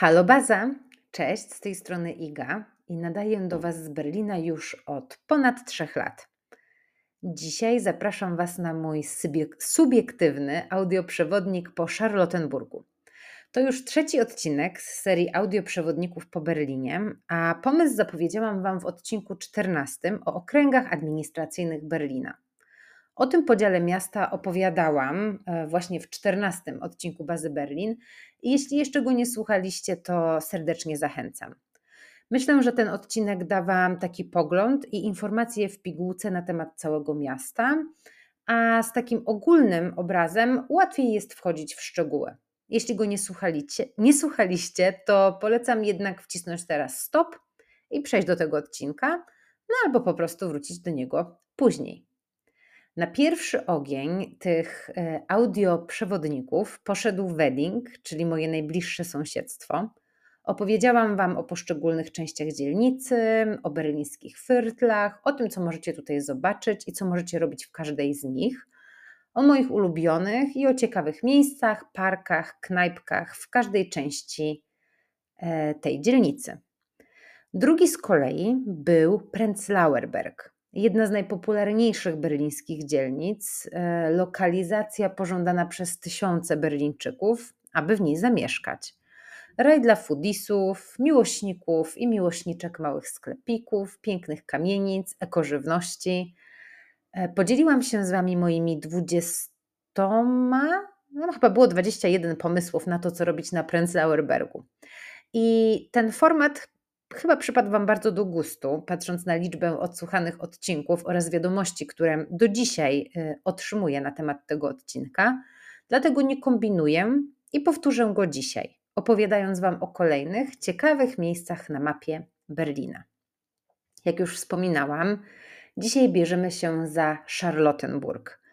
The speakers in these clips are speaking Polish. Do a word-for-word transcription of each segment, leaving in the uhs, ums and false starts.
Halo Baza, cześć, z tej strony Iga i nadaję do Was z Berlina już od ponad trzech lat. Dzisiaj zapraszam Was na mój sybiek- subiektywny audioprzewodnik po Charlottenburgu. To już trzeci odcinek z serii audioprzewodników po Berlinie, a pomysł zapowiedziałam Wam w odcinku czternastym o okręgach administracyjnych Berlina. O tym podziale miasta opowiadałam e, właśnie w czternastym odcinku Bazy Berlin i jeśli jeszcze go nie słuchaliście, to serdecznie zachęcam. Myślę, że ten odcinek da Wam taki pogląd i informacje w pigułce na temat całego miasta, a z takim ogólnym obrazem łatwiej jest wchodzić w szczegóły. Jeśli go nie słuchaliście, nie słuchaliście, to polecam jednak wcisnąć teraz stop i przejść do tego odcinka, no albo po prostu wrócić do niego później. Na pierwszy ogień tych e, audioprzewodników poszedł Wedding, czyli moje najbliższe sąsiedztwo. Opowiedziałam Wam o poszczególnych częściach dzielnicy, o berlińskich fyrtlach, o tym, co możecie tutaj zobaczyć i co możecie robić w każdej z nich, o moich ulubionych i o ciekawych miejscach, parkach, knajpkach w każdej części e, tej dzielnicy. Drugi z kolei był Prenzlauer Berg, jedna z najpopularniejszych berlińskich dzielnic, e, lokalizacja pożądana przez tysiące Berlińczyków, aby w niej zamieszkać. Raj dla foodisów, miłośników i miłośniczek małych sklepików, pięknych kamienic, ekożywności. E, Podzieliłam się z Wami moimi dwudziestoma, no chyba było dwadzieścia jeden pomysłów na to, co robić na Prenzlauer Bergu. I ten format chyba przypadł Wam bardzo do gustu, patrząc na liczbę odsłuchanych odcinków oraz wiadomości, które do dzisiaj y, otrzymuję na temat tego odcinka. Dlatego nie kombinuję i powtórzę go dzisiaj, opowiadając Wam o kolejnych ciekawych miejscach na mapie Berlina. Jak już wspominałam, dzisiaj bierzemy się za Charlottenburg.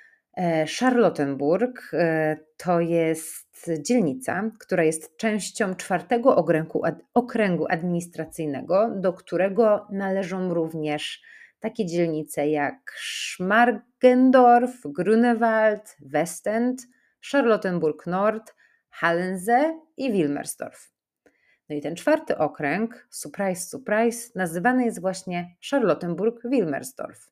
E, Charlottenburg e, to jest dzielnica, która jest częścią czwartego okręgu, ad- okręgu administracyjnego, do którego należą również takie dzielnice jak Schmargendorf, Grunewald, Westend, Charlottenburg Nord, Hallense i Wilmersdorf. No i ten czwarty okręg, surprise, surprise, nazywany jest właśnie Charlottenburg-Wilmersdorf.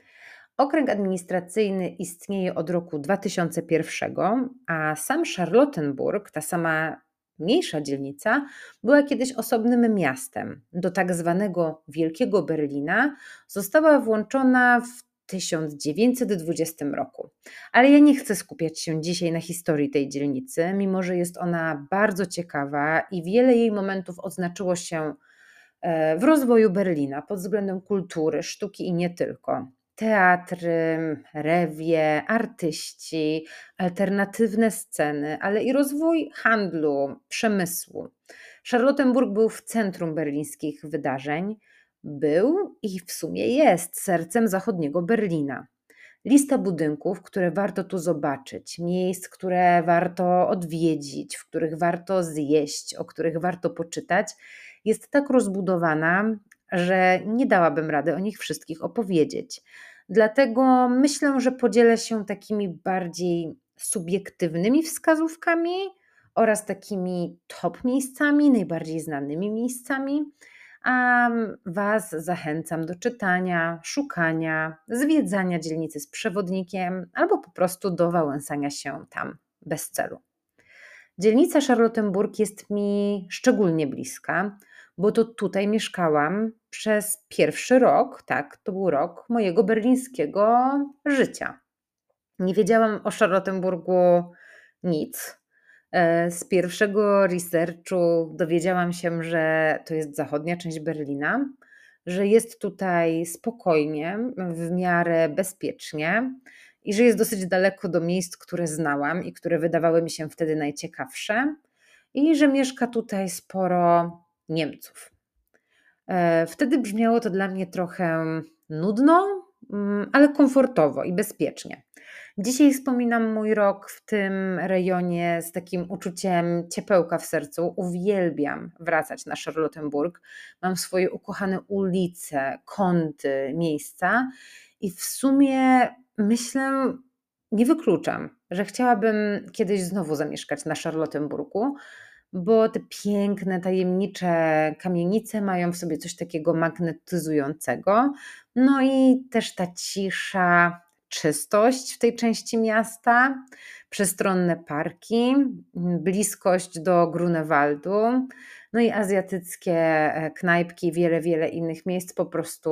Okręg administracyjny istnieje od roku dwa tysiące pierwszego, a sam Charlottenburg, ta sama mniejsza dzielnica, była kiedyś osobnym miastem. Do tak zwanego Wielkiego Berlina została włączona w tysiąc dziewięćset dwudziestym roku. Ale ja nie chcę skupiać się dzisiaj na historii tej dzielnicy, mimo że jest ona bardzo ciekawa i wiele jej momentów odznaczyło się e, w rozwoju Berlina pod względem kultury, sztuki i nie tylko. Teatry, rewie, artyści, alternatywne sceny, ale i rozwój handlu, przemysłu. Charlottenburg był w centrum berlińskich wydarzeń, był i w sumie jest sercem zachodniego Berlina. Lista budynków, które warto tu zobaczyć, miejsc, które warto odwiedzić, w których warto zjeść, o których warto poczytać, jest tak rozbudowana, że nie dałabym rady o nich wszystkich opowiedzieć. Dlatego myślę, że podzielę się takimi bardziej subiektywnymi wskazówkami oraz takimi top miejscami, najbardziej znanymi miejscami, a Was zachęcam do czytania, szukania, zwiedzania dzielnicy z przewodnikiem albo po prostu do wałęsania się tam bez celu. Dzielnica Charlottenburg jest mi szczególnie bliska, bo to tutaj mieszkałam przez pierwszy rok, tak, to był rok mojego berlińskiego życia. Nie wiedziałam o Charlottenburgu nic. E, Z pierwszego researchu dowiedziałam się, że to jest zachodnia część Berlina, że jest tutaj spokojnie, w miarę bezpiecznie i że jest dosyć daleko do miejsc, które znałam i które wydawały mi się wtedy najciekawsze, i że mieszka tutaj sporo Niemców. E, Wtedy brzmiało to dla mnie trochę nudno, mm, ale komfortowo i bezpiecznie. Dzisiaj wspominam mój rok w tym rejonie z takim uczuciem ciepełka w sercu. Uwielbiam wracać na Charlottenburg. Mam swoje ukochane ulice, kąty, miejsca i w sumie myślę, nie wykluczam, że chciałabym kiedyś znowu zamieszkać na Charlottenburgu, bo te piękne, tajemnicze kamienice mają w sobie coś takiego magnetyzującego. No i też ta cisza, czystość w tej części miasta, przestronne parki, bliskość do Grunewaldu, no i azjatyckie e, knajpki, wiele, wiele innych miejsc po prostu,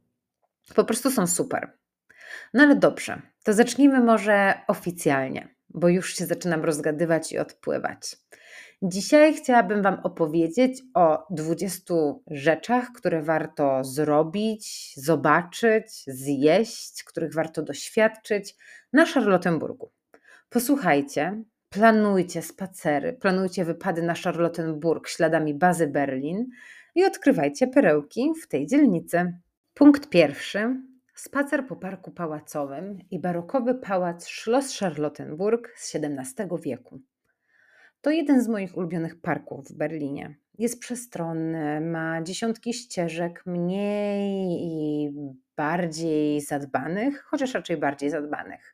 po prostu są super. No ale dobrze, to zacznijmy może oficjalnie, bo już się zaczynam rozgadywać i odpływać. Dzisiaj chciałabym Wam opowiedzieć o dwudziestu rzeczach, które warto zrobić, zobaczyć, zjeść, których warto doświadczyć na Charlottenburgu. Posłuchajcie, planujcie spacery, planujcie wypady na Charlottenburg śladami bazy Berlin i odkrywajcie perełki w tej dzielnicy. Punkt pierwszy. Spacer po parku pałacowym i barokowy pałac Schloss Charlottenburg z siedemnastego wieku. To jeden z moich ulubionych parków w Berlinie. Jest przestronny, ma dziesiątki ścieżek mniej i bardziej zadbanych, chociaż raczej bardziej zadbanych.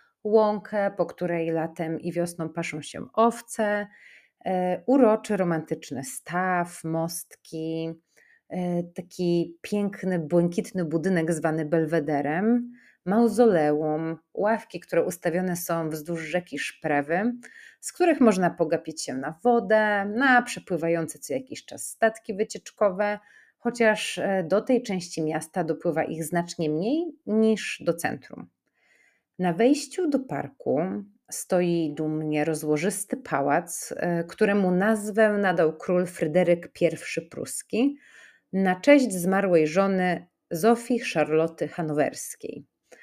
Łąkę, po której latem i wiosną paszą się owce, e, uroczy, romantyczny staw, mostki, e, taki piękny, błękitny budynek zwany Belwederem, mauzoleum, ławki, które ustawione są wzdłuż rzeki Szprewy, z których można pogapić się na wodę, na przepływające co jakiś czas statki wycieczkowe, chociaż e, do tej części miasta dopływa ich znacznie mniej niż do centrum. Na wejściu do parku stoi dumnie rozłożysty pałac, e, któremu nazwę nadał król Fryderyk I Pruski na cześć zmarłej żony Zofii Charloty Hanowerskiej.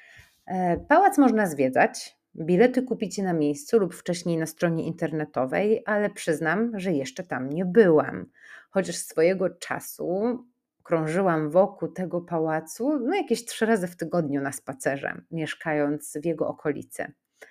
E, Pałac można zwiedzać, bilety kupicie na miejscu lub wcześniej na stronie internetowej, ale przyznam, że jeszcze tam nie byłam, chociaż swojego czasu krążyłam wokół tego pałacu no jakieś trzy razy w tygodniu na spacerze, mieszkając w jego okolicy.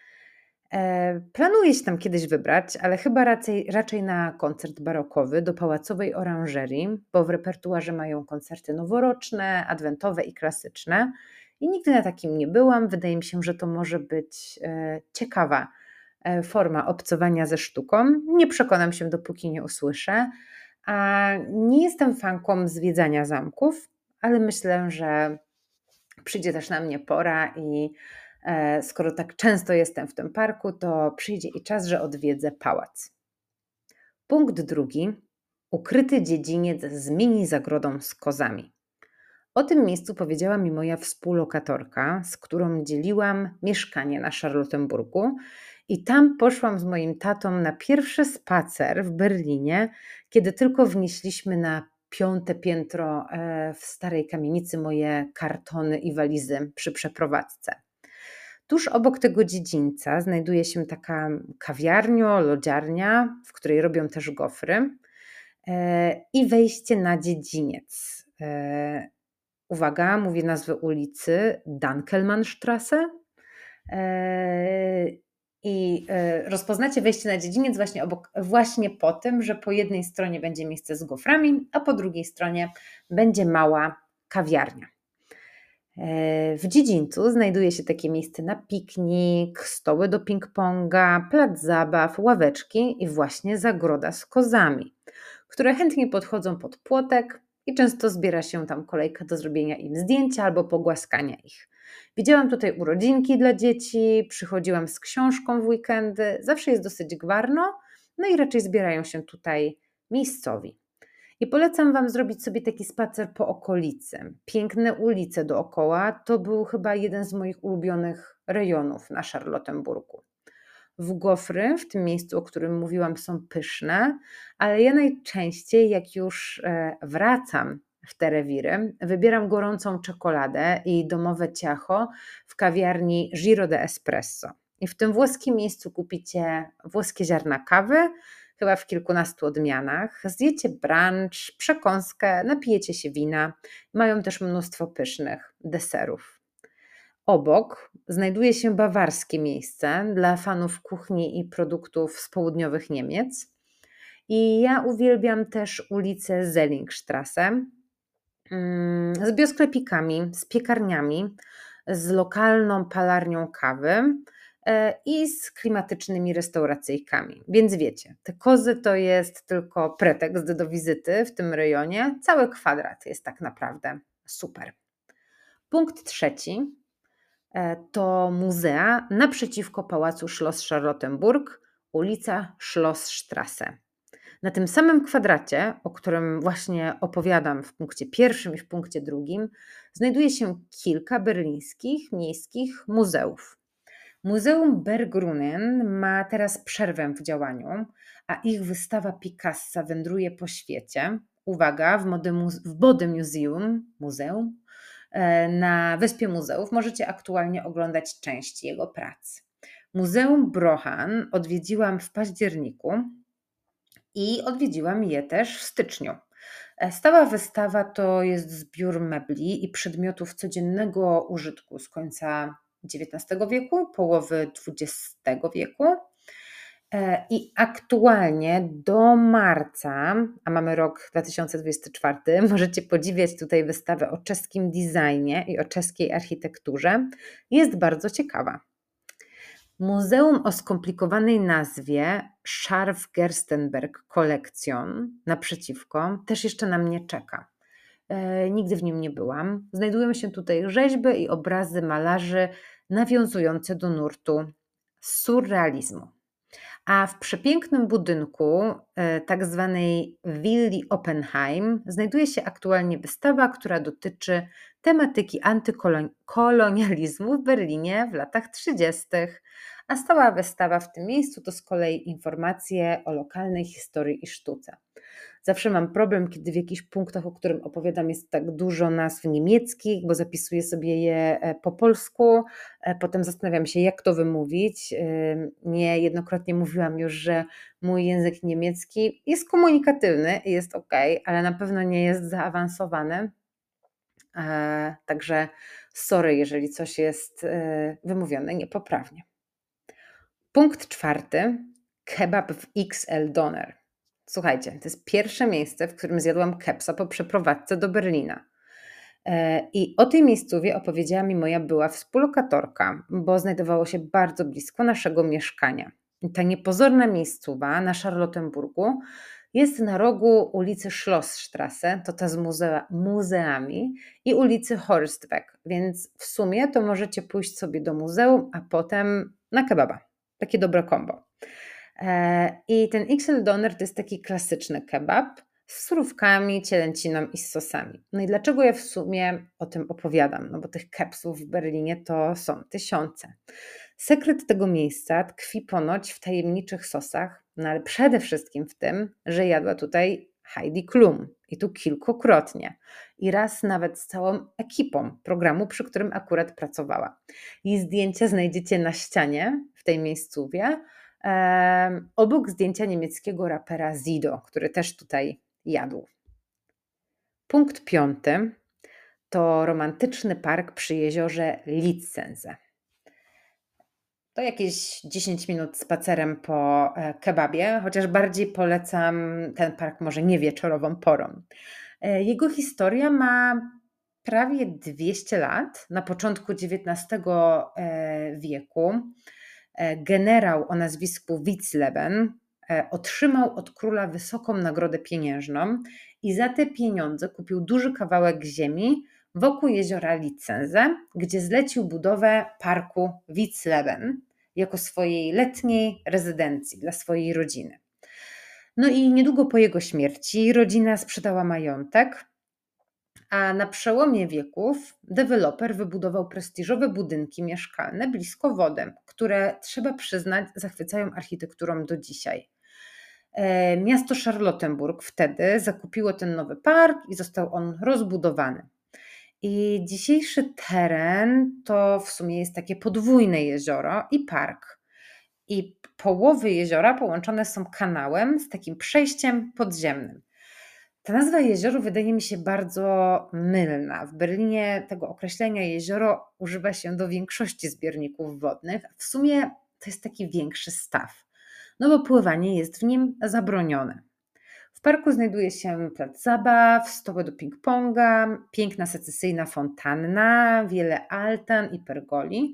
E, Planuję się tam kiedyś wybrać, ale chyba raczej, raczej na koncert barokowy do pałacowej oranżerii, bo w repertuarze mają koncerty noworoczne, adwentowe i klasyczne. I nigdy na takim nie byłam. Wydaje mi się, że to może być e, ciekawa e, forma obcowania ze sztuką. Nie przekonam się, dopóki nie usłyszę. A nie jestem fanką zwiedzania zamków, ale myślę, że przyjdzie też na mnie pora i e, skoro tak często jestem w tym parku, to przyjdzie i czas, że odwiedzę pałac. Punkt drugi. Ukryty dziedziniec z mini zagrodą z kozami. O tym miejscu powiedziała mi moja współlokatorka, z którą dzieliłam mieszkanie na Charlottenburgu i tam poszłam z moim tatą na pierwszy spacer w Berlinie, kiedy tylko wnieśliśmy na piąte piętro e, w starej kamienicy moje kartony i walizy przy przeprowadzce. Tuż obok tego dziedzińca znajduje się taka kawiarnia, lodziarnia, w której robią też gofry e, i wejście na dziedziniec. E, Uwaga, mówię nazwę ulicy, Dankelmannstrasse. Eee, I e, rozpoznacie wejście na dziedziniec właśnie, obok, właśnie po tym, że po jednej stronie będzie miejsce z goframi, a po drugiej stronie będzie mała kawiarnia. Eee, W dziedzińcu znajduje się takie miejsce na piknik, stoły do ping-ponga, plac zabaw, ławeczki i właśnie zagroda z kozami, które chętnie podchodzą pod płotek i często zbiera się tam kolejka do zrobienia im zdjęcia albo pogłaskania ich. Widziałam tutaj urodzinki dla dzieci, przychodziłam z książką w weekendy, zawsze jest dosyć gwarno, no i raczej zbierają się tutaj miejscowi. I polecam Wam zrobić sobie taki spacer po okolicy. Piękne ulice dookoła to był chyba jeden z moich ulubionych rejonów na Charlottenburgu. W gofry, w tym miejscu, o którym mówiłam, są pyszne, ale ja najczęściej, jak już e, wracam w te rewiry, wybieram gorącą czekoladę i domowe ciacho w kawiarni Giro de Espresso. I w tym włoskim miejscu kupicie włoskie ziarna kawy, chyba w kilkunastu odmianach, zjecie brunch, przekąskę, napijecie się wina. Mają też mnóstwo pysznych deserów. Obok znajduje się bawarskie miejsce dla fanów kuchni i produktów z południowych Niemiec. I ja uwielbiam też ulicę Zellingstrasse mm, z biosklepikami, z piekarniami, z lokalną palarnią kawy e, i z klimatycznymi restauracyjkami. Więc wiecie, te kozy to jest tylko pretekst do wizyty w tym rejonie. Cały kwadrat jest tak naprawdę super. Punkt trzeci e, to muzea naprzeciwko Pałacu Schloss Charlottenburg, ulica Schlossstrasse. Na tym samym kwadracie, o którym właśnie opowiadam w punkcie pierwszym i w punkcie drugim, znajduje się kilka berlińskich miejskich muzeów. Muzeum Bergrunen ma teraz przerwę w działaniu, a ich wystawa Picassa wędruje po świecie. Uwaga, w Mode, w Bode Museum, muzeum e, na Wyspie Muzeów możecie aktualnie oglądać część jego prac. Muzeum Brohan odwiedziłam w październiku i odwiedziłam je też w styczniu. E, Stała wystawa to jest zbiór mebli i przedmiotów codziennego użytku z końca dziewiętnastego wieku, połowy dwudziestego wieku. E, I aktualnie do marca, a mamy rok dwa tysiące dwudziesty czwarty, możecie podziwiać tutaj wystawę o czeskim designie i o czeskiej architekturze. Jest bardzo ciekawa. Muzeum o skomplikowanej nazwie Scharf-Gerstenberg Collection naprzeciwko też jeszcze na mnie czeka. E, nigdy w nim nie byłam. Znajdują się tutaj rzeźby i obrazy malarzy nawiązujące do nurtu surrealizmu. A w przepięknym budynku, e, tak zwanej willi Oppenheim, znajduje się aktualnie wystawa, która dotyczy tematyki antykolonializmu w Berlinie w latach trzydziestych. A stała wystawa w tym miejscu to z kolei informacje o lokalnej historii i sztuce. Zawsze mam problem, kiedy w jakichś punktach, o którym opowiadam, jest tak dużo nazw niemieckich, bo zapisuję sobie je e, po polsku, e, potem zastanawiam się, jak to wymówić. E, Niejednokrotnie mówiłam już, że mój język niemiecki jest komunikatywny i jest ok, ale na pewno nie jest zaawansowany. E, Także sorry, jeżeli coś jest e, wymówione niepoprawnie. Punkt czwarty. Kebab w X L Doner. Słuchajcie, to jest pierwsze miejsce, w którym zjadłam kepsa po przeprowadzce do Berlina. E, I o tej miejscowie opowiedziała mi moja była współlokatorka, bo znajdowało się bardzo blisko naszego mieszkania. I ta niepozorna miejscowa na Charlottenburgu jest na rogu ulicy Schlossstrasse, to ta z muzea, muzeami, i ulicy Horstweg, więc w sumie to możecie pójść sobie do muzeum, a potem na kebaba. Takie dobre kombo. E, I ten X L Doner to jest taki klasyczny kebab z surówkami, cielęciną i z sosami. No i dlaczego ja w sumie o tym opowiadam? No bo tych kepsów w Berlinie to są tysiące. Sekret tego miejsca tkwi ponoć w tajemniczych sosach, no ale przede wszystkim w tym, że jadła tutaj Heidi Klum i tu kilkukrotnie. I raz nawet z całą ekipą programu, przy którym akurat pracowała. Jej zdjęcia znajdziecie na ścianie w tej miejscowie, um, obok zdjęcia niemieckiego rapera Sido, który też tutaj jadł. Punkt piąty to romantyczny park przy jeziorze Litsense. To jakieś dziesięć minut spacerem po e, kebabie, chociaż bardziej polecam ten park może nie wieczorową porą. E, Jego historia ma prawie dwieście lat. Na początku dziewiętnastego e, wieku e, generał o nazwisku Witzleben e, otrzymał od króla wysoką nagrodę pieniężną i za te pieniądze kupił duży kawałek ziemi wokół jeziora Litsense, gdzie zlecił budowę parku Witzleben jako swojej letniej rezydencji dla swojej rodziny. No i niedługo po jego śmierci rodzina sprzedała majątek, a na przełomie wieków deweloper wybudował prestiżowe budynki mieszkalne blisko wody, które trzeba przyznać zachwycają architekturą do dzisiaj. E, Miasto Charlottenburg wtedy zakupiło ten nowy park i został on rozbudowany. I dzisiejszy teren to w sumie jest takie podwójne jezioro i park. I połowy jeziora połączone są kanałem z takim przejściem podziemnym. Ta nazwa jezioro wydaje mi się bardzo mylna. W Berlinie tego określenia jezioro używa się do większości zbiorników wodnych, a w sumie to jest taki większy staw, no bo pływanie jest w nim zabronione. W parku znajduje się plac zabaw, stoły do ping-ponga, piękna secesyjna fontanna, wiele altan i pergoli.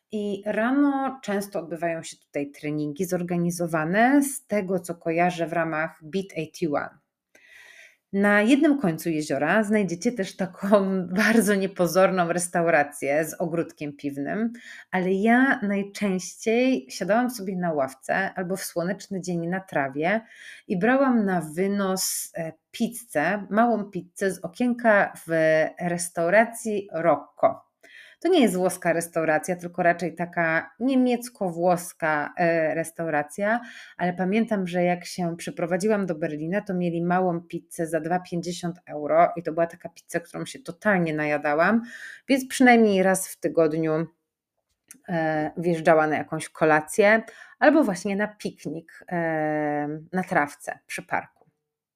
I rano często odbywają się tutaj treningi zorganizowane z tego, co kojarzę w ramach Beat osiemdziesiąt jeden. Na jednym końcu jeziora znajdziecie też taką bardzo niepozorną restaurację z ogródkiem piwnym, ale ja najczęściej siadałam sobie na ławce albo w słoneczny dzień na trawie i brałam na wynos e, pizzę, małą pizzę z okienka w restauracji Rocco. To nie jest włoska restauracja, tylko raczej taka niemiecko-włoska e, restauracja, ale pamiętam, że jak się przeprowadziłam do Berlina, to mieli małą pizzę za dwa pięćdziesiąt euro i to była taka pizza, którą się totalnie najadałam, więc przynajmniej raz w tygodniu e, wjeżdżała na jakąś kolację albo właśnie na piknik e, na trawce przy parku.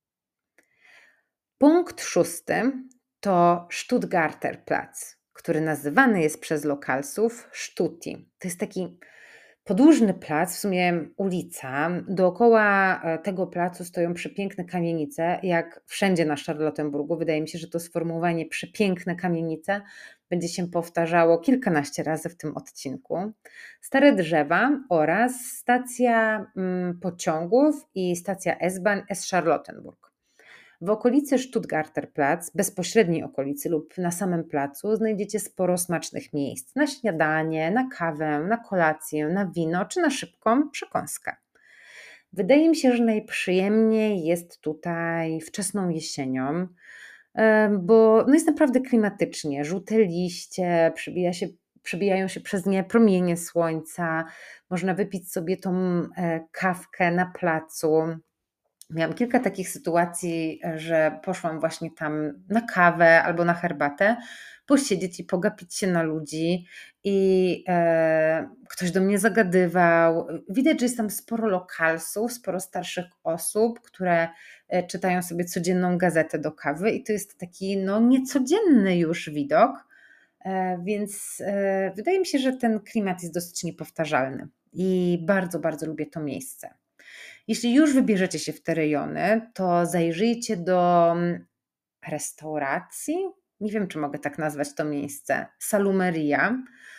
Punkt szósty to Stuttgarter Platz, który nazywany jest przez lokalsów Stutti. To jest taki podłużny plac, w sumie ulica. Dookoła e, tego placu stoją przepiękne kamienice, jak wszędzie na Charlottenburgu. Wydaje mi się, że to sformułowanie przepiękne kamienice będzie się powtarzało kilkanaście razy w tym odcinku. Stare drzewa oraz stacja mm, pociągów i stacja S-Bahn S-Charlottenburg. W okolicy Stuttgarter Platz, bezpośredniej okolicy lub na samym placu znajdziecie sporo smacznych miejsc na śniadanie, na kawę, na kolację, na wino czy na szybką przekąskę. Wydaje mi się, że najprzyjemniej jest tutaj wczesną jesienią, e, bo no jest naprawdę klimatycznie. Żółte liście, przebija się, przebijają się przez nie promienie słońca, można wypić sobie tą e, kawkę na placu. Miałam kilka takich sytuacji, że poszłam właśnie tam na kawę albo na herbatę, posiedzieć i pogapić się na ludzi i e, ktoś do mnie zagadywał. Widać, że jest tam sporo lokalsów, sporo starszych osób, które e, czytają sobie codzienną gazetę do kawy i to jest taki no niecodzienny już widok, e, więc e, wydaje mi się, że ten klimat jest dosyć niepowtarzalny i bardzo, bardzo lubię to miejsce. Jeśli już wybierzecie się w te rejony, to zajrzyjcie do mm, restauracji. Nie wiem, czy mogę tak nazwać to miejsce. Salumeria.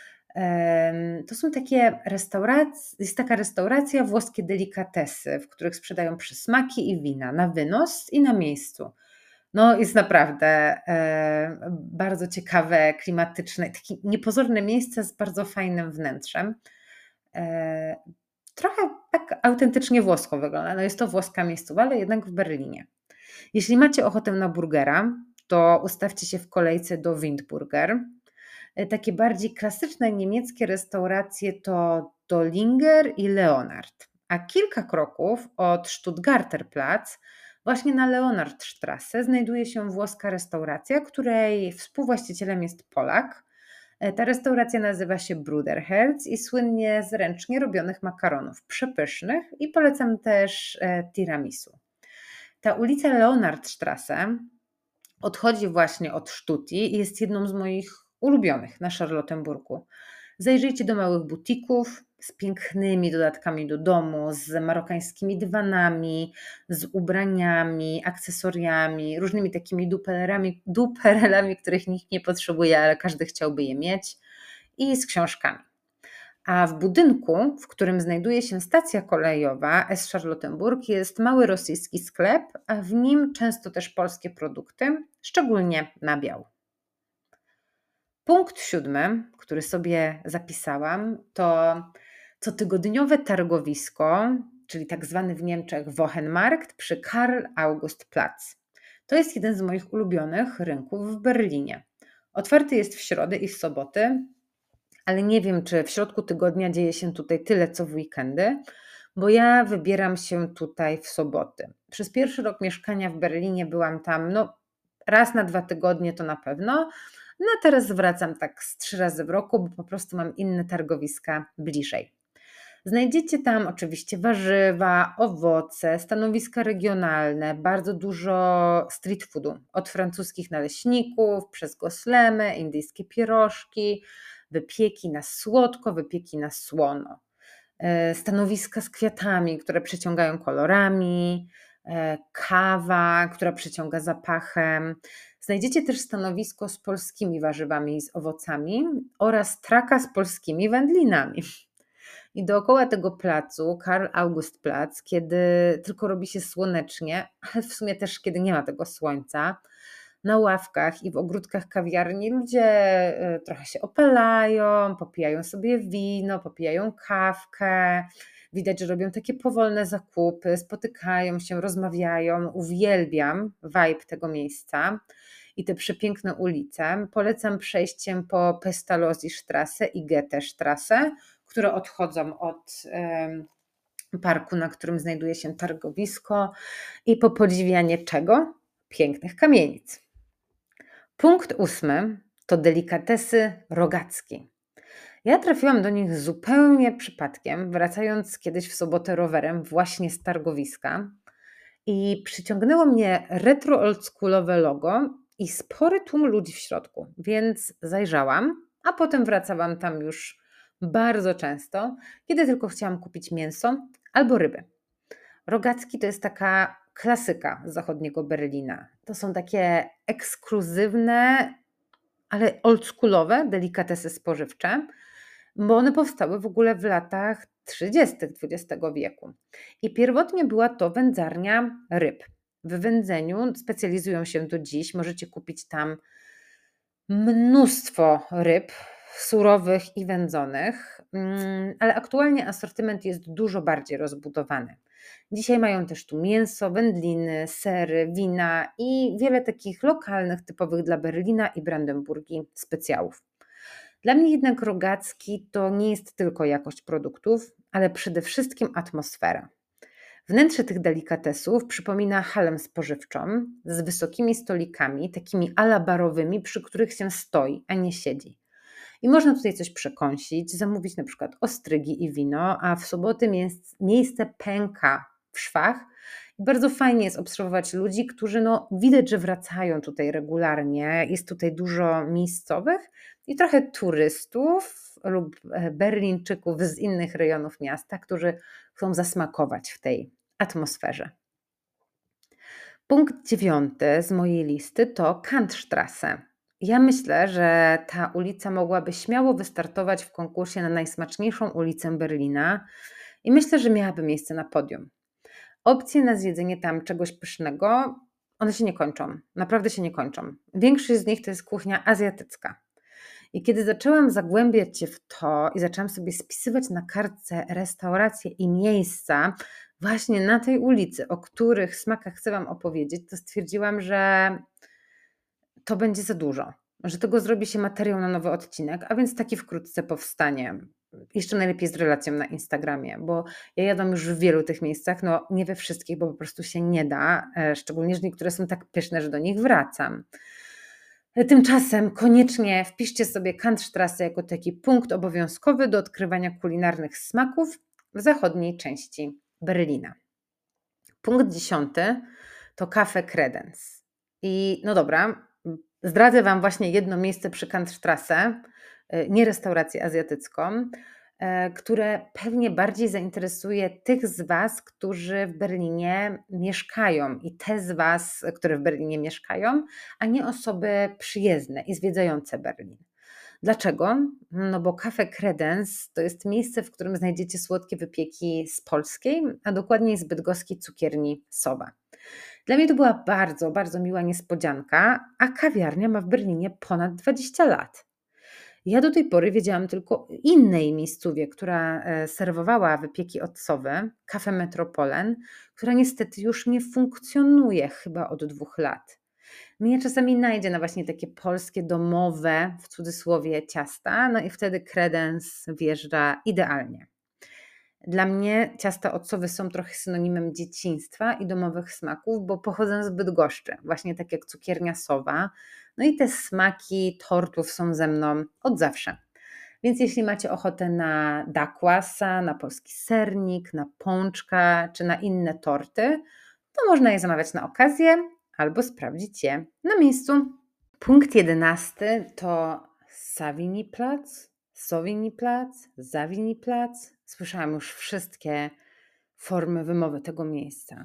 Em, To są takie restauracje, jest taka restauracja włoskie delikatesy, w których sprzedają przysmaki i wina na wynos i na miejscu. No, jest naprawdę e, bardzo ciekawe, klimatyczne, takie niepozorne miejsce z bardzo fajnym wnętrzem. E, Trochę tak autentycznie włosko wygląda. No jest to włoska miejscowa, ale jednak w Berlinie. Jeśli macie ochotę na burgera, to ustawcie się w kolejce do Windburger. E, Takie bardziej klasyczne niemieckie restauracje to Dollinger i Leonard. A kilka kroków od Stuttgarter Platz, właśnie na Leonardstrasse, znajduje się włoska restauracja, której współwłaścicielem jest Polak. E, Ta restauracja nazywa się Bruderherz i słynnie z ręcznie robionych makaronów przepysznych i polecam też e, tiramisu. Ta ulica Leonardstrasse odchodzi właśnie od Stutti i jest jedną z moich ulubionych na Charlottenburgu. Zajrzyjcie do małych butików z pięknymi dodatkami do domu, z marokańskimi dywanami, z ubraniami, akcesoriami, różnymi takimi duperelami, duperelami, których nikt nie potrzebuje, ale każdy chciałby je mieć, i z książkami. A w budynku, w którym znajduje się stacja kolejowa S. Charlottenburg, jest mały rosyjski sklep, a w nim często też polskie produkty, szczególnie nabiał. Punkt siódmy, który sobie zapisałam, to cotygodniowe targowisko, czyli tak zwany w Niemczech Wochenmarkt przy Karl August Platz. To jest jeden z moich ulubionych rynków w Berlinie. Otwarty jest w środę i w soboty, ale nie wiem, czy w środku tygodnia dzieje się tutaj tyle, co w weekendy, bo ja wybieram się tutaj w soboty. Przez pierwszy rok mieszkania w Berlinie byłam tam no, raz na dwa tygodnie to na pewno, no a teraz wracam tak z trzy razy w roku, bo po prostu mam inne targowiska bliżej. Znajdziecie tam oczywiście warzywa, owoce, stanowiska regionalne, bardzo dużo street foodu, od francuskich naleśników, przez goslemy, indyjskie pierożki, wypieki na słodko, wypieki na słono. E, Stanowiska z kwiatami, które przyciągają kolorami, e, kawa, która przyciąga zapachem. Znajdziecie też stanowisko z polskimi warzywami i z owocami oraz traka z polskimi wędlinami. I dookoła tego placu, Karl August Platz, kiedy tylko robi się słonecznie, ale w sumie też kiedy nie ma tego słońca, na ławkach i w ogródkach kawiarni ludzie e, trochę się opalają, popijają sobie wino, popijają kawkę. Widać, że robią takie powolne zakupy, spotykają się, rozmawiają. Uwielbiam vibe tego miejsca i te przepiękne ulice. Polecam przejściem po Pestalozzi Straße i Goethe Straße, które odchodzą od em, parku, na którym znajduje się targowisko i po podziwianie czego? Pięknych kamienic. Punkt ósmy to delikatesy rogackie. Ja trafiłam do nich zupełnie przypadkiem, wracając kiedyś w sobotę rowerem właśnie z targowiska i przyciągnęło mnie retro oldschoolowe logo i spory tłum ludzi w środku, więc zajrzałam, a potem wracałam tam już bardzo często, kiedy tylko chciałam kupić mięso albo rybę. Rogacki to jest taka klasyka zachodniego Berlina. To są takie ekskluzywne, ale oldschoolowe delikatesy spożywcze, bo one powstały w ogóle w latach trzydziestych dwudziestego wieku. I pierwotnie była to wędzarnia ryb. W wędzeniu specjalizują się do dziś. Możecie kupić tam mnóstwo ryb surowych i wędzonych, mm, ale aktualnie asortyment jest dużo bardziej rozbudowany. Dzisiaj mają też tu mięso, wędliny, sery, wina i wiele takich lokalnych, typowych dla Berlina i Brandenburgii specjałów. Dla mnie jednak rogacki to nie jest tylko jakość produktów, ale przede wszystkim atmosfera. Wnętrze tych delikatesów przypomina halę spożywczą z wysokimi stolikami, takimi ala barowymi, przy których się stoi, a nie siedzi. I można tutaj coś przekąsić, zamówić na przykład ostrygi i wino, a w soboty miejsc- miejsce pęka w szwach. I bardzo fajnie jest obserwować ludzi, którzy no, widać, że wracają tutaj regularnie. Jest tutaj dużo miejscowych i trochę turystów lub e, Berlińczyków z innych rejonów miasta, którzy chcą zasmakować w tej atmosferze. Punkt dziewiąty z mojej listy to Kantstrasse. Ja myślę, że ta ulica mogłaby śmiało wystartować w konkursie na najsmaczniejszą ulicę Berlina i myślę, że miałaby miejsce na podium. Opcje na zjedzenie tam czegoś pysznego, one się nie kończą, naprawdę się nie kończą. Większość z nich to jest kuchnia azjatycka. I kiedy zaczęłam zagłębiać się w to i zaczęłam sobie spisywać na kartce restauracje i miejsca właśnie na tej ulicy, o których smakach chcę Wam opowiedzieć, to stwierdziłam, że to będzie za dużo, że tego zrobi się materiał na nowy odcinek, a więc taki wkrótce powstanie. Jeszcze najlepiej z relacją na Instagramie, bo ja jadłam już w wielu tych miejscach, no nie we wszystkich, bo po prostu się nie da, e, szczególnie, że niektóre są tak pyszne, że do nich wracam. Tymczasem koniecznie wpiszcie sobie Kantstrasse jako taki punkt obowiązkowy do odkrywania kulinarnych smaków w zachodniej części Berlina. Punkt dziesiąty to Cafe Credens. I no dobra, zdradzę Wam właśnie jedno miejsce przy Kantstrasse, y, nie restaurację azjatycką, e, które pewnie bardziej zainteresuje tych z Was, którzy w Berlinie mieszkają i te z Was, które w Berlinie mieszkają, a nie osoby przyjezdne i zwiedzające Berlin. Dlaczego? No bo Cafe Credens to jest miejsce, w którym znajdziecie słodkie wypieki z polskiej, a dokładniej z bydgoskiej cukierni Sowa. Dla mnie to była bardzo, bardzo miła niespodzianka, a kawiarnia ma w Berlinie ponad dwadzieścia lat. Ja do tej pory wiedziałam tylko o innej miejscówie, która e, serwowała wypieki od Sowy, Cafe Metropolen, która niestety już nie funkcjonuje chyba od dwóch lat. Mnie czasami najdzie na właśnie takie polskie domowe, w cudzysłowie, ciasta, no i wtedy kredens wjeżdża idealnie. Dla mnie ciasta od Sowy są trochę synonimem dzieciństwa i domowych smaków, bo pochodzę z Bydgoszczy, właśnie tak jak cukiernia Sowa. No i te smaki tortów są ze mną od zawsze. Więc jeśli macie ochotę na dakłasa, na polski sernik, na pączka czy na inne torty, to można je zamawiać na okazję albo sprawdzić je na miejscu. Punkt jedenasty to Savigny-Platz, Sauvigny-Platz, Savigny-Platz. Słyszałam już wszystkie formy wymowy tego miejsca.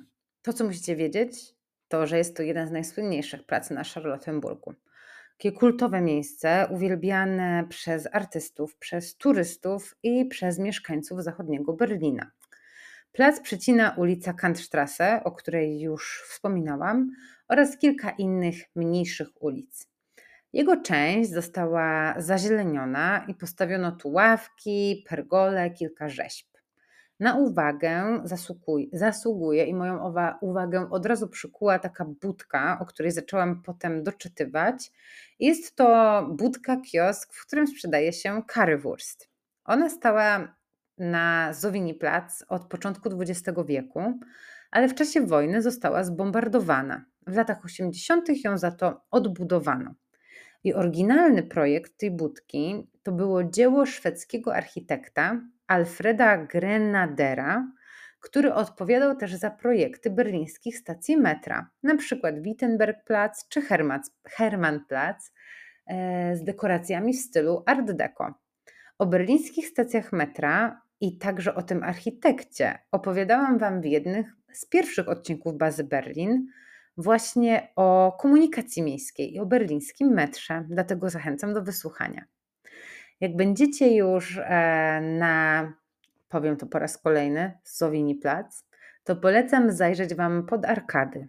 To, co musicie wiedzieć, to, że jest to jeden z najsłynniejszych plac na Charlottenburgu. Takie kultowe miejsce, uwielbiane przez artystów, przez turystów i przez mieszkańców zachodniego Berlina. Plac przecina ulica Kantstrasse, o której już wspominałam, oraz kilka innych mniejszych ulic. Jego część została zazieleniona i postawiono tu ławki, pergole, kilka rzeźb. Na uwagę zasługuje, zasługuje i moją owa, uwagę od razu przykuła taka budka, o której zaczęłam potem doczytywać. Jest to budka, kiosk, w którym sprzedaje się currywurst. Ona stała na Zowini Plac od początku dwudziestego wieku, ale w czasie wojny została zbombardowana. W latach osiemdziesiątych ją za to odbudowano. I oryginalny projekt tej budki to było dzieło szwedzkiego architekta Alfreda Grenadera, który odpowiadał też za projekty berlińskich stacji metra, na przykład Wittenbergplatz czy Hermannplatz e, z dekoracjami w stylu Art Deco. O berlińskich stacjach metra i także o tym architekcie opowiadałam Wam w jednych z pierwszych odcinków Bazy Berlin, właśnie o komunikacji miejskiej i o berlińskim metrze, dlatego zachęcam do wysłuchania. Jak będziecie już e, na, powiem to po raz kolejny, Zowini Plac, to polecam zajrzeć Wam pod arkady,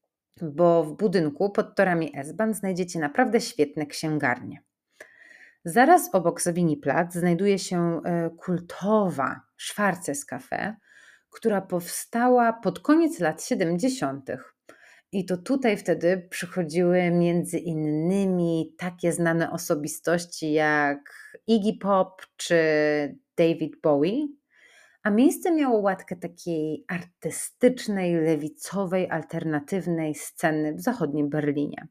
bo w budynku pod torami S-Bahn znajdziecie naprawdę świetne księgarnie. Zaraz obok Zowini Plac znajduje się e, kultowa Schwarzes Café, która powstała pod koniec lat siedemdziesiątych. I to tutaj wtedy przychodziły między innymi takie znane osobistości jak Iggy Pop czy David Bowie, a miejsce miało łatkę takiej artystycznej, lewicowej, alternatywnej sceny w zachodnim Berlinie.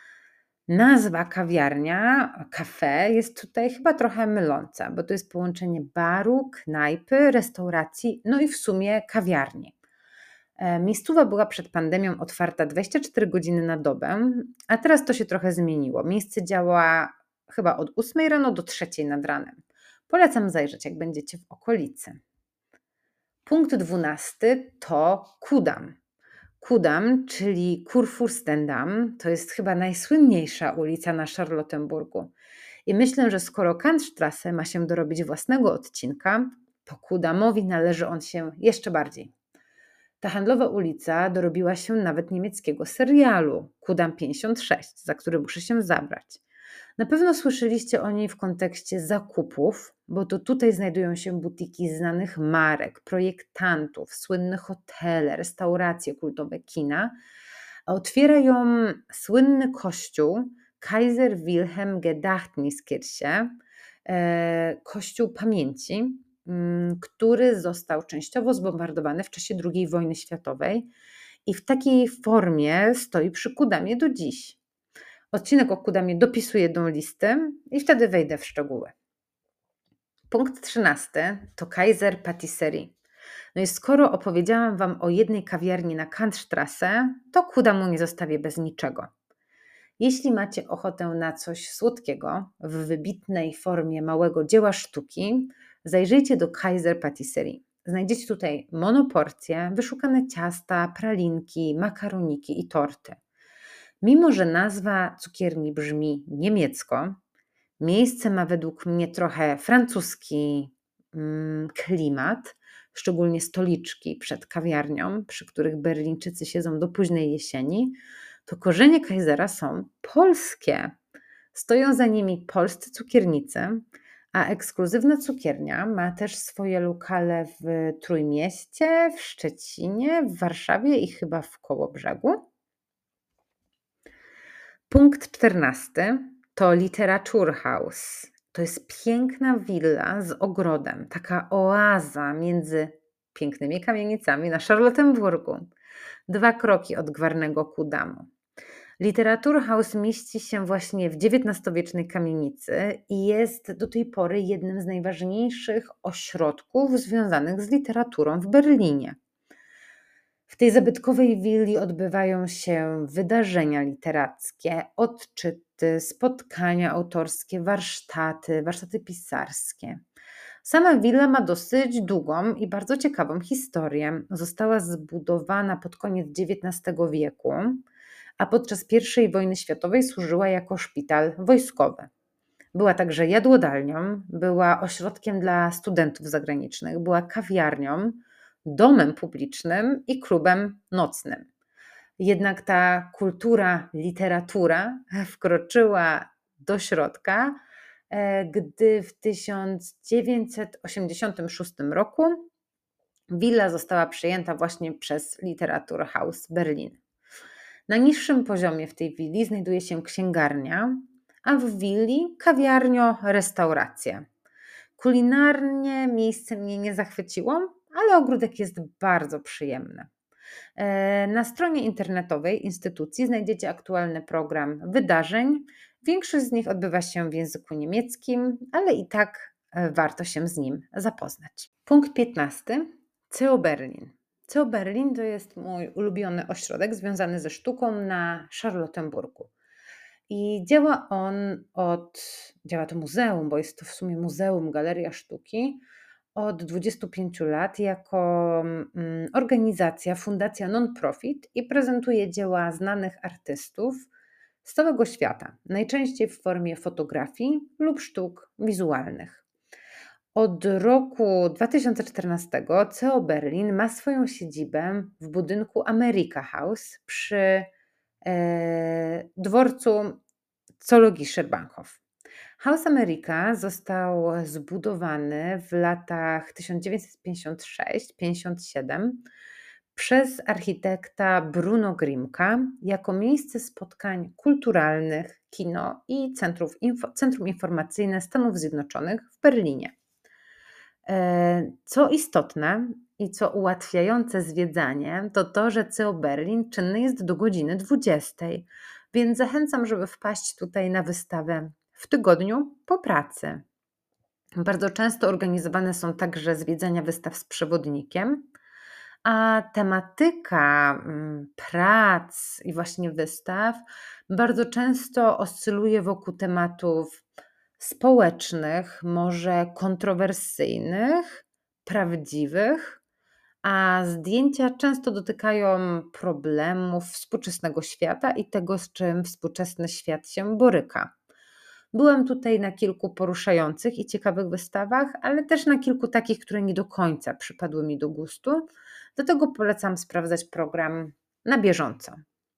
Nazwa kawiarnia, kafe jest tutaj chyba trochę myląca, bo to jest połączenie baru, knajpy, restauracji, no i w sumie kawiarni. Miejscowa była przed pandemią otwarta dwadzieścia cztery godziny na dobę, a teraz to się trochę zmieniło. Miejsce działa chyba od ósmej rano do trzeciej nad ranem. Polecam zajrzeć, jak będziecie w okolicy. Punkt dwunasty to Kudamm. Kudamm, czyli Kurfürstendamm, to jest chyba najsłynniejsza ulica na Charlottenburgu. I myślę, że skoro Kantstrasse ma się dorobić własnego odcinka, to Kudammowi należy on się jeszcze bardziej. Ta handlowa ulica dorobiła się nawet niemieckiego serialu Kudamm pięćdziesiąt sześć, za który muszę się zabrać. Na pewno słyszeliście o niej w kontekście zakupów, bo to tutaj znajdują się butiki znanych marek, projektantów, słynne hotele, restauracje, kultowe kina, a otwiera ją słynny kościół Kaiser Wilhelm Gedächtniskirche, e, kościół pamięci, który został częściowo zbombardowany w czasie drugiej wojny światowej i w takiej formie stoi przy Kudammie do dziś. Odcinek o Kudammie dopisuję do listy i wtedy wejdę w szczegóły. Punkt trzynasty to Kaiser Patisserie. No i skoro opowiedziałam Wam o jednej kawiarni na Kantstrasse, to Kudammu nie zostawię bez niczego. Jeśli macie ochotę na coś słodkiego w wybitnej formie małego dzieła sztuki, zajrzyjcie do Kaiser Patisserie. Znajdziecie tutaj monoporcje, wyszukane ciasta, pralinki, makaroniki i torty. Mimo że nazwa cukierni brzmi niemiecko, miejsce ma według mnie trochę francuski mm, klimat, szczególnie stoliczki przed kawiarnią, przy których Berlińczycy siedzą do późnej jesieni, to korzenie Kaisera są polskie. Stoją za nimi polscy cukiernicy, a ekskluzywna cukiernia ma też swoje lokale w Trójmieście, w Szczecinie, w Warszawie i chyba w Kołobrzegu. Punkt czternasty to Literaturhaus. To jest piękna willa z ogrodem, taka oaza między pięknymi kamienicami na Charlottenburgu. Dwa kroki od gwarnego Kudammu. Literaturhaus mieści się właśnie w dziewiętnastowiecznej kamienicy i jest do tej pory jednym z najważniejszych ośrodków związanych z literaturą w Berlinie. W tej zabytkowej willi odbywają się wydarzenia literackie, odczyty, spotkania autorskie, warsztaty, warsztaty pisarskie. Sama willa ma dosyć długą i bardzo ciekawą historię. Została zbudowana pod koniec dziewiętnastego wieku, a podczas pierwszej wojny światowej służyła jako szpital wojskowy. Była także jadłodalnią, była ośrodkiem dla studentów zagranicznych, była kawiarnią, domem publicznym i klubem nocnym. Jednak ta kultura, literatura wkroczyła do środka, e, gdy w tysiąc dziewięćset osiemdziesiątym szóstym roku willa została przejęta właśnie przez Literaturhaus Berlin. Na niższym poziomie w tej willi znajduje się księgarnia, a w willi kawiarnio-restauracja. Kulinarnie miejsce mnie nie zachwyciło, ale ogródek jest bardzo przyjemny. E, Na stronie internetowej instytucji znajdziecie aktualny program wydarzeń. Większość z nich odbywa się w języku niemieckim, ale i tak e, warto się z nim zapoznać. Punkt piętnasty. C E O Berlin. C E O Berlin to jest mój ulubiony ośrodek związany ze sztuką na Charlottenburgu. I działa on od, działa to muzeum, bo jest to w sumie muzeum, galeria sztuki, od dwudziestu pięciu lat jako mm, organizacja, fundacja non-profit i prezentuje dzieła znanych artystów z całego świata, najczęściej w formie fotografii lub sztuk wizualnych. Od roku dwa tysiące czternastego C E O Berlin ma swoją siedzibę w budynku America House przy e, dworcu Zoologischer Bahnhof. House America został zbudowany w latach tysiąc dziewięćset pięćdziesiąt sześć do pięćdziesiąt siedem przez architekta Bruno Grimka jako miejsce spotkań kulturalnych, kino i centrów info, Centrum Informacyjne Stanów Zjednoczonych w Berlinie. E, Co istotne i co ułatwiające zwiedzanie, to to, że C E O Berlin czynny jest do godziny dwudziestej, więc zachęcam, żeby wpaść tutaj na wystawę w tygodniu po pracy. Bardzo często organizowane są także zwiedzania wystaw z przewodnikiem, a tematyka mm, prac i właśnie wystaw bardzo często oscyluje wokół tematów społecznych, może kontrowersyjnych, prawdziwych, a zdjęcia często dotykają problemów współczesnego świata i tego, z czym współczesny świat się boryka. Byłam tutaj na kilku poruszających i ciekawych wystawach, ale też na kilku takich, które nie do końca przypadły mi do gustu. Dlatego polecam sprawdzać program na bieżąco.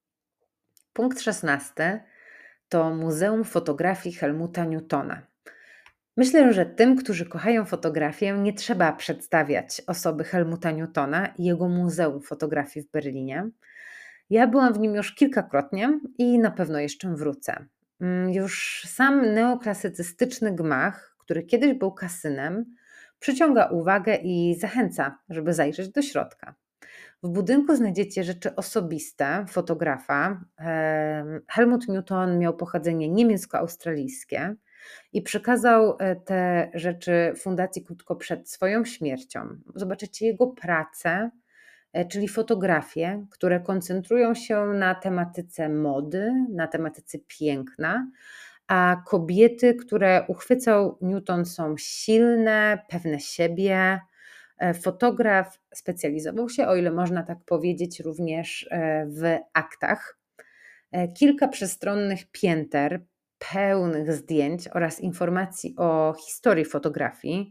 Punkt szesnasty to Muzeum Fotografii Helmuta Newtona. Myślę, że tym, którzy kochają fotografię, nie trzeba przedstawiać osoby Helmuta Newtona i jego Muzeum Fotografii w Berlinie. Ja byłam w nim już kilkakrotnie i na pewno jeszcze wrócę. Mm, Już sam neoklasycystyczny gmach, który kiedyś był kasynem, przyciąga uwagę i zachęca, żeby zajrzeć do środka. W budynku znajdziecie rzeczy osobiste fotografa. Em, Helmut Newton miał pochodzenie niemiecko-australijskie i przekazał e, te rzeczy fundacji krótko przed swoją śmiercią. Zobaczycie jego pracę, e, czyli fotografie, które koncentrują się na tematyce mody, na tematyce piękna, a kobiety, które uchwycał Newton, są silne, pewne siebie. E, Fotograf specjalizował się, o ile można tak powiedzieć, również e, w aktach. E, Kilka przestronnych pięter pełnych zdjęć oraz informacji o historii fotografii,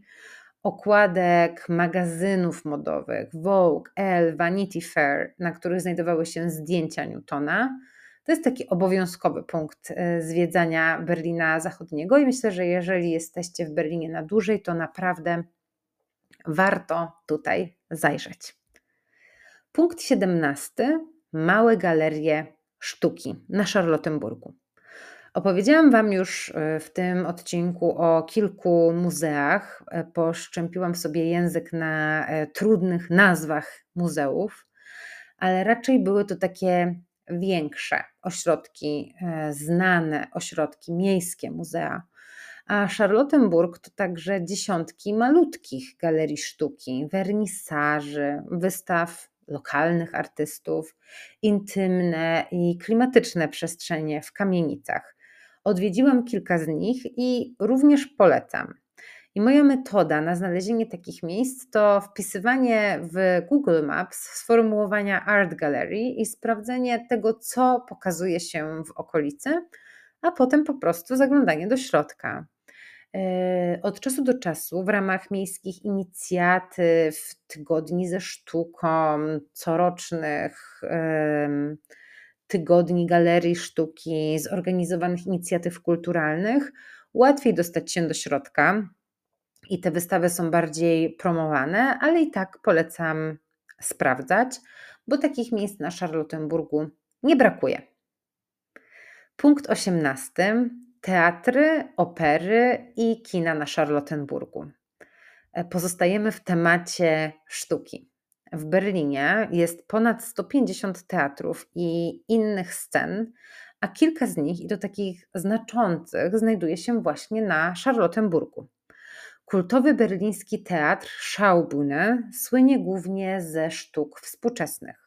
okładek magazynów modowych Vogue, Elle, Vanity Fair, na których znajdowały się zdjęcia Newtona. To jest taki obowiązkowy punkt e, zwiedzania Berlina Zachodniego i myślę, że jeżeli jesteście w Berlinie na dłużej, to naprawdę warto tutaj zajrzeć. Punkt siedemnasty. Małe galerie sztuki na Charlottenburgu. Opowiedziałam Wam już e, w tym odcinku o kilku muzeach. E, Poszczępiłam sobie język na e, trudnych nazwach muzeów, ale raczej były to takie większe ośrodki, e, znane ośrodki, miejskie muzea. A Charlottenburg to także dziesiątki malutkich galerii sztuki, wernisaży, wystaw lokalnych artystów, intymne i klimatyczne przestrzenie w kamienicach. Odwiedziłam kilka z nich i również polecam. I moja metoda na znalezienie takich miejsc to wpisywanie w Google Maps sformułowania Art Gallery i sprawdzenie tego, co pokazuje się w okolicy, a potem po prostu zaglądanie do środka. Yy, Od czasu do czasu w ramach miejskich inicjatyw, tygodni ze sztuką, corocznych em, tygodni galerii sztuki, zorganizowanych inicjatyw kulturalnych, łatwiej dostać się do środka i te wystawy są bardziej promowane, ale i tak polecam sprawdzać, bo takich miejsc na Charlottenburgu nie brakuje. Punkt osiemnasty. Teatry, opery i kina na Charlottenburgu. E, Pozostajemy w temacie sztuki. W Berlinie jest ponad sto pięćdziesiąt teatrów i innych scen, a kilka z nich, i to takich znaczących, znajduje się właśnie na Charlottenburgu. Kultowy berliński teatr Schaubühne słynie głównie ze sztuk współczesnych.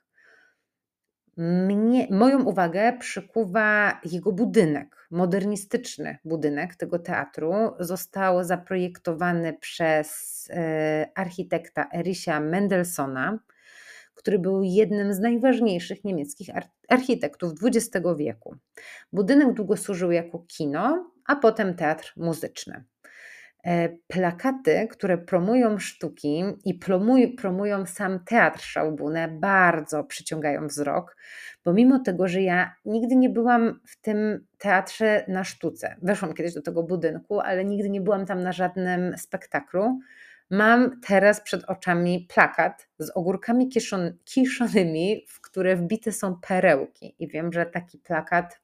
Mnie, moją uwagę przykuwa jego budynek, modernistyczny budynek tego teatru. Został zaprojektowany przez e, architekta Ericha Mendelssohna, który był jednym z najważniejszych niemieckich ar- architektów dwudziestego wieku. Budynek długo służył jako kino, a potem teatr muzyczny. E, Plakaty, które promują sztuki i promuj- promują sam teatr Schaubühne, bardzo przyciągają wzrok, bo mimo tego, że ja nigdy nie byłam w tym teatrze na sztuce, weszłam kiedyś do tego budynku, ale nigdy nie byłam tam na żadnym spektaklu, mam teraz przed oczami plakat z ogórkami kiszon- kiszonymi, w które wbite są perełki, i wiem, że taki plakat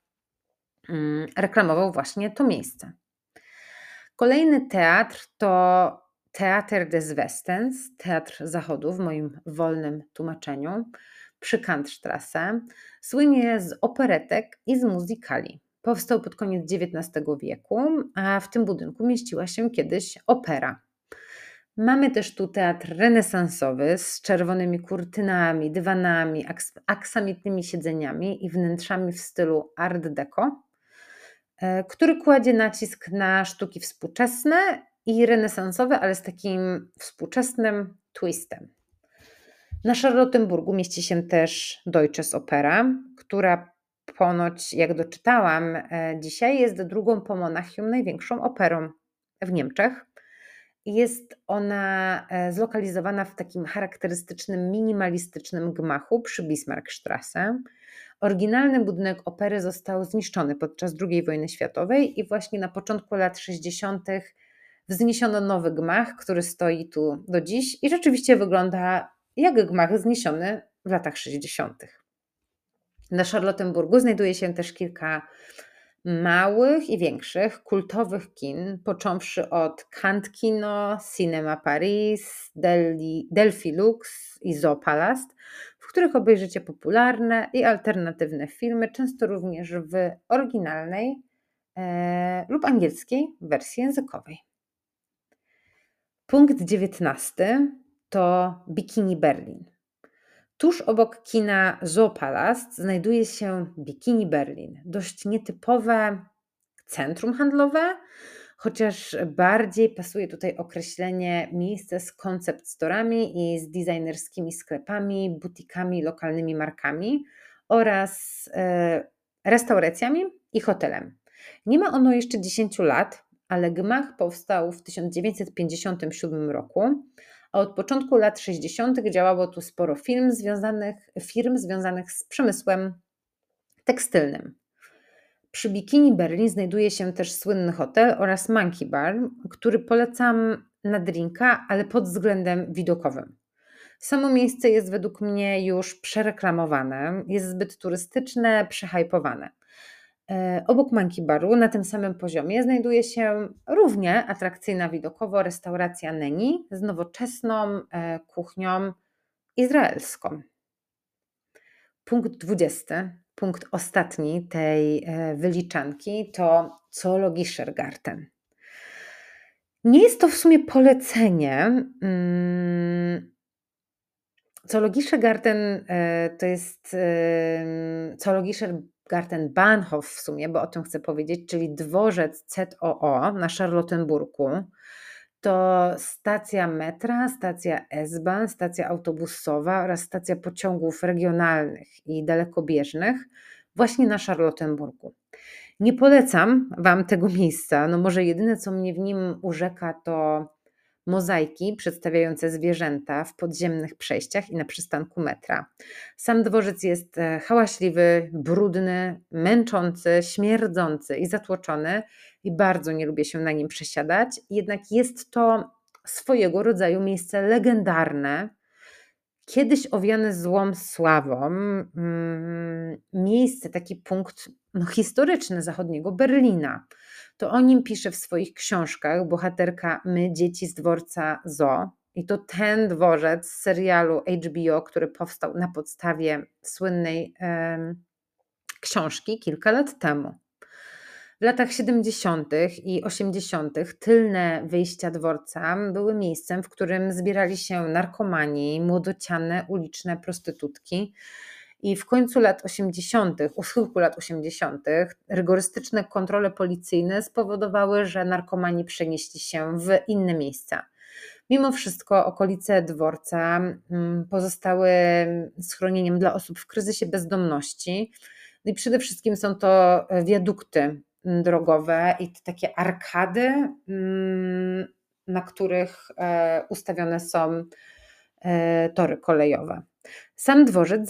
mm, reklamował właśnie to miejsce. Kolejny teatr to Theater des Westens, Teatr Zachodu w moim wolnym tłumaczeniu, przy Kantstrasse. Słynie z operetek i z musicali. Powstał pod koniec dziewiętnastego wieku, a w tym budynku mieściła się kiedyś opera. Mamy też tu teatr renesansowy z czerwonymi kurtynami, dywanami, aks- aksamitnymi siedzeniami i wnętrzami w stylu Art Deco, e, który kładzie nacisk na sztuki współczesne i renesansowe, ale z takim współczesnym twistem. Na Charlottenburgu mieści się też Deutsches Opera, która ponoć, jak doczytałam e, dzisiaj, jest drugą po Monachium największą operą w Niemczech. Jest ona e, zlokalizowana w takim charakterystycznym, minimalistycznym gmachu przy Bismarckstrasse. Oryginalny budynek opery został zniszczony podczas drugiej wojny światowej i właśnie na początku lat sześćdziesiątych wzniesiono nowy gmach, który stoi tu do dziś i rzeczywiście wygląda jak gmach zniesiony w latach sześćdziesiątych. Na Charlottenburgu znajduje się też kilka małych i większych kultowych kin, począwszy od Kant Kino, Cinema Paris, Delhi, Delphi Lux i Zoopalast, w których obejrzycie popularne i alternatywne filmy, często również w oryginalnej e, lub angielskiej wersji językowej. Punkt dziewiętnasty to Bikini Berlin. Tuż obok kina Zoopalast znajduje się Bikini Berlin. Dość nietypowe centrum handlowe, chociaż bardziej pasuje tutaj określenie miejsce z concept storami i z designerskimi sklepami, butikami, lokalnymi markami oraz e, restauracjami i hotelem. Nie ma ono jeszcze dziesięć lat, ale gmach powstał w tysiąc dziewięćset pięćdziesiątym siódmym roku, a od początku lat sześćdziesiątych działało tu sporo firm związanych, firm związanych z przemysłem tekstylnym. Przy Bikini Berlin znajduje się też słynny hotel oraz Monkey Bar, który polecam na drinka, ale pod względem widokowym. Samo miejsce jest według mnie już przereklamowane, jest zbyt turystyczne, przehypowane. E, Obok Monkey Baru na tym samym poziomie znajduje się równie atrakcyjna widokowo restauracja Neni z nowoczesną e, kuchnią izraelską. Punkt dwudziesty, punkt ostatni tej e, wyliczanki to Zoologischer Garten. Nie jest to w sumie polecenie. Mm, Zoologischer Garten e, to jest e, Zoologischer Garten Bahnhof w sumie, bo o tym chcę powiedzieć, czyli dworzec Z O O na Charlottenburgu. To stacja metra, stacja S-Bahn, stacja autobusowa oraz stacja pociągów regionalnych i dalekobieżnych właśnie na Charlottenburgu. Nie polecam Wam tego miejsca. No może jedyne, co mnie w nim urzeka, to mozaiki przedstawiające zwierzęta w podziemnych przejściach i na przystanku metra. Sam dworzec jest e, hałaśliwy, brudny, męczący, śmierdzący i zatłoczony i bardzo nie lubię się na nim przesiadać. Jednak jest to swojego rodzaju miejsce legendarne, kiedyś owiane złą sławą, mm, miejsce, taki punkt no, historyczny zachodniego Berlina. To o nim pisze w swoich książkach bohaterka My, dzieci z dworca Zoo. I to ten dworzec z serialu H B O, który powstał na podstawie słynnej em, książki kilka lat temu. W latach siedemdziesiątych i osiemdziesiątych tylne wyjścia dworca były miejscem, w którym zbierali się narkomani, młodociane uliczne prostytutki. I w końcu lat osiemdziesiątych, u schyłku lat osiemdziesiątych, rygorystyczne kontrole policyjne spowodowały, że narkomani przenieśli się w inne miejsca. Mimo wszystko okolice dworca mm, pozostały schronieniem dla osób w kryzysie bezdomności. No i przede wszystkim są to wiadukty drogowe i takie arkady, mm, na których e, ustawione są e, tory kolejowe. Sam dworzec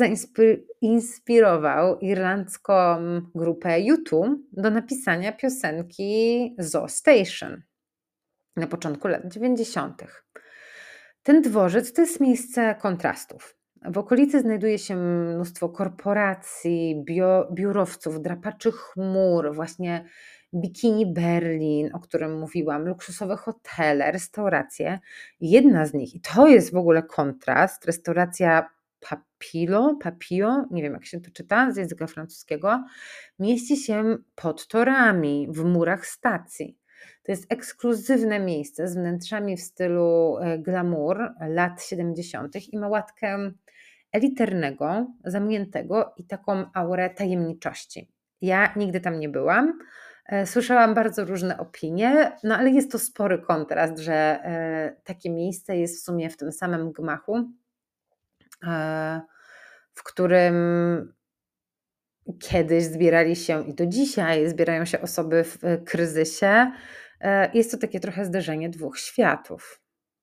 zainspirował irlandzką grupę U dwa do napisania piosenki Zoo Station na początku lat dziewięćdziesiątych. Ten dworzec to jest miejsce kontrastów. W okolicy znajduje się mnóstwo korporacji, bio, biurowców, drapaczy chmur, właśnie Bikini Berlin, o którym mówiłam, luksusowe hotele, restauracje. Jedna z nich, i to jest w ogóle kontrast, restauracja Papilo, Papio, nie wiem jak się to czyta z języka francuskiego, mieści się pod torami, w murach stacji. To jest ekskluzywne miejsce z wnętrzami w stylu e, glamour lat siedemdziesiątych i ma łatkę elitarnego, zamkniętego i taką aurę tajemniczości. Ja nigdy tam nie byłam. e, Słyszałam bardzo różne opinie, no ale jest to spory kontrast, że e, takie miejsce jest w sumie w tym samym gmachu, e, w którym kiedyś zbierali się i do dzisiaj zbierają się osoby w e, kryzysie. E, Jest to takie trochę zderzenie dwóch światów.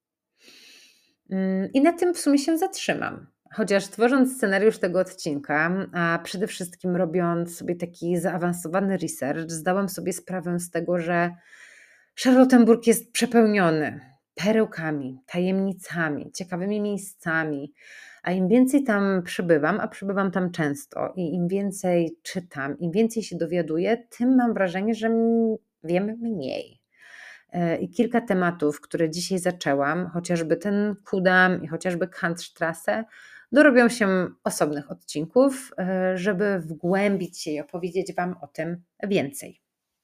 Mm, I na tym w sumie się zatrzymam. Chociaż tworząc scenariusz tego odcinka, a przede wszystkim robiąc sobie taki zaawansowany research, zdałam sobie sprawę z tego, że Charlottenburg jest przepełniony perełkami, tajemnicami, ciekawymi miejscami. A im więcej tam przybywam, a przybywam tam często i im więcej czytam, im więcej się dowiaduję, tym mam wrażenie, że m- wiem mniej. E, I kilka tematów, które dzisiaj zaczęłam, chociażby ten Kudam i chociażby Kantstrasse, dorobią się osobnych odcinków, e, żeby wgłębić się i opowiedzieć Wam o tym więcej.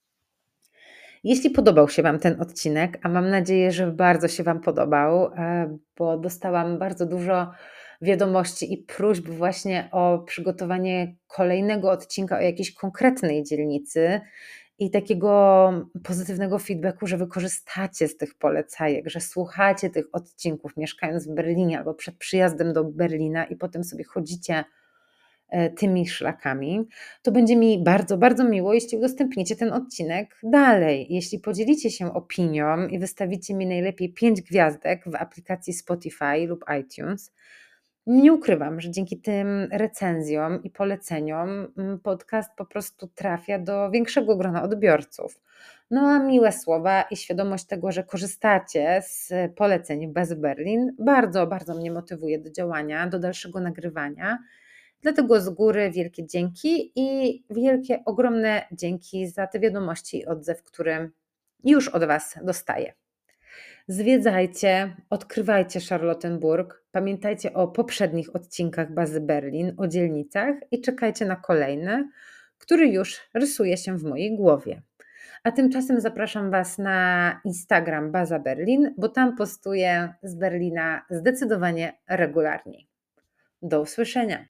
Jeśli podobał się Wam ten odcinek, a mam nadzieję, że bardzo się Wam podobał, e, bo dostałam bardzo dużo wiadomości i próśb właśnie o przygotowanie kolejnego odcinka o jakiejś konkretnej dzielnicy i takiego pozytywnego feedbacku, że Wy korzystacie z tych polecajek, że słuchacie tych odcinków mieszkając w Berlinie albo przed przyjazdem do Berlina i potem sobie chodzicie e, tymi szlakami, to będzie mi bardzo, bardzo miło, jeśli udostępnicie ten odcinek dalej. Jeśli podzielicie się opinią i wystawicie mi najlepiej pięć gwiazdek w aplikacji Spotify lub iTunes. Nie ukrywam, że dzięki tym recenzjom i poleceniom mm, podcast po prostu trafia do większego grona odbiorców. No a miłe słowa i świadomość tego, że korzystacie z poleceń Bez Berlin, bardzo, bardzo mnie motywuje do działania, do dalszego nagrywania. Dlatego z góry wielkie dzięki i wielkie, ogromne dzięki za te wiadomości i odzew, który już od Was dostaję. Zwiedzajcie, odkrywajcie Charlottenburg, pamiętajcie o poprzednich odcinkach Bazy Berlin, o dzielnicach i czekajcie na kolejny, który już rysuje się w mojej głowie. A tymczasem zapraszam Was na Instagram Baza Berlin, bo tam postuję z Berlina zdecydowanie regularniej. Do usłyszenia.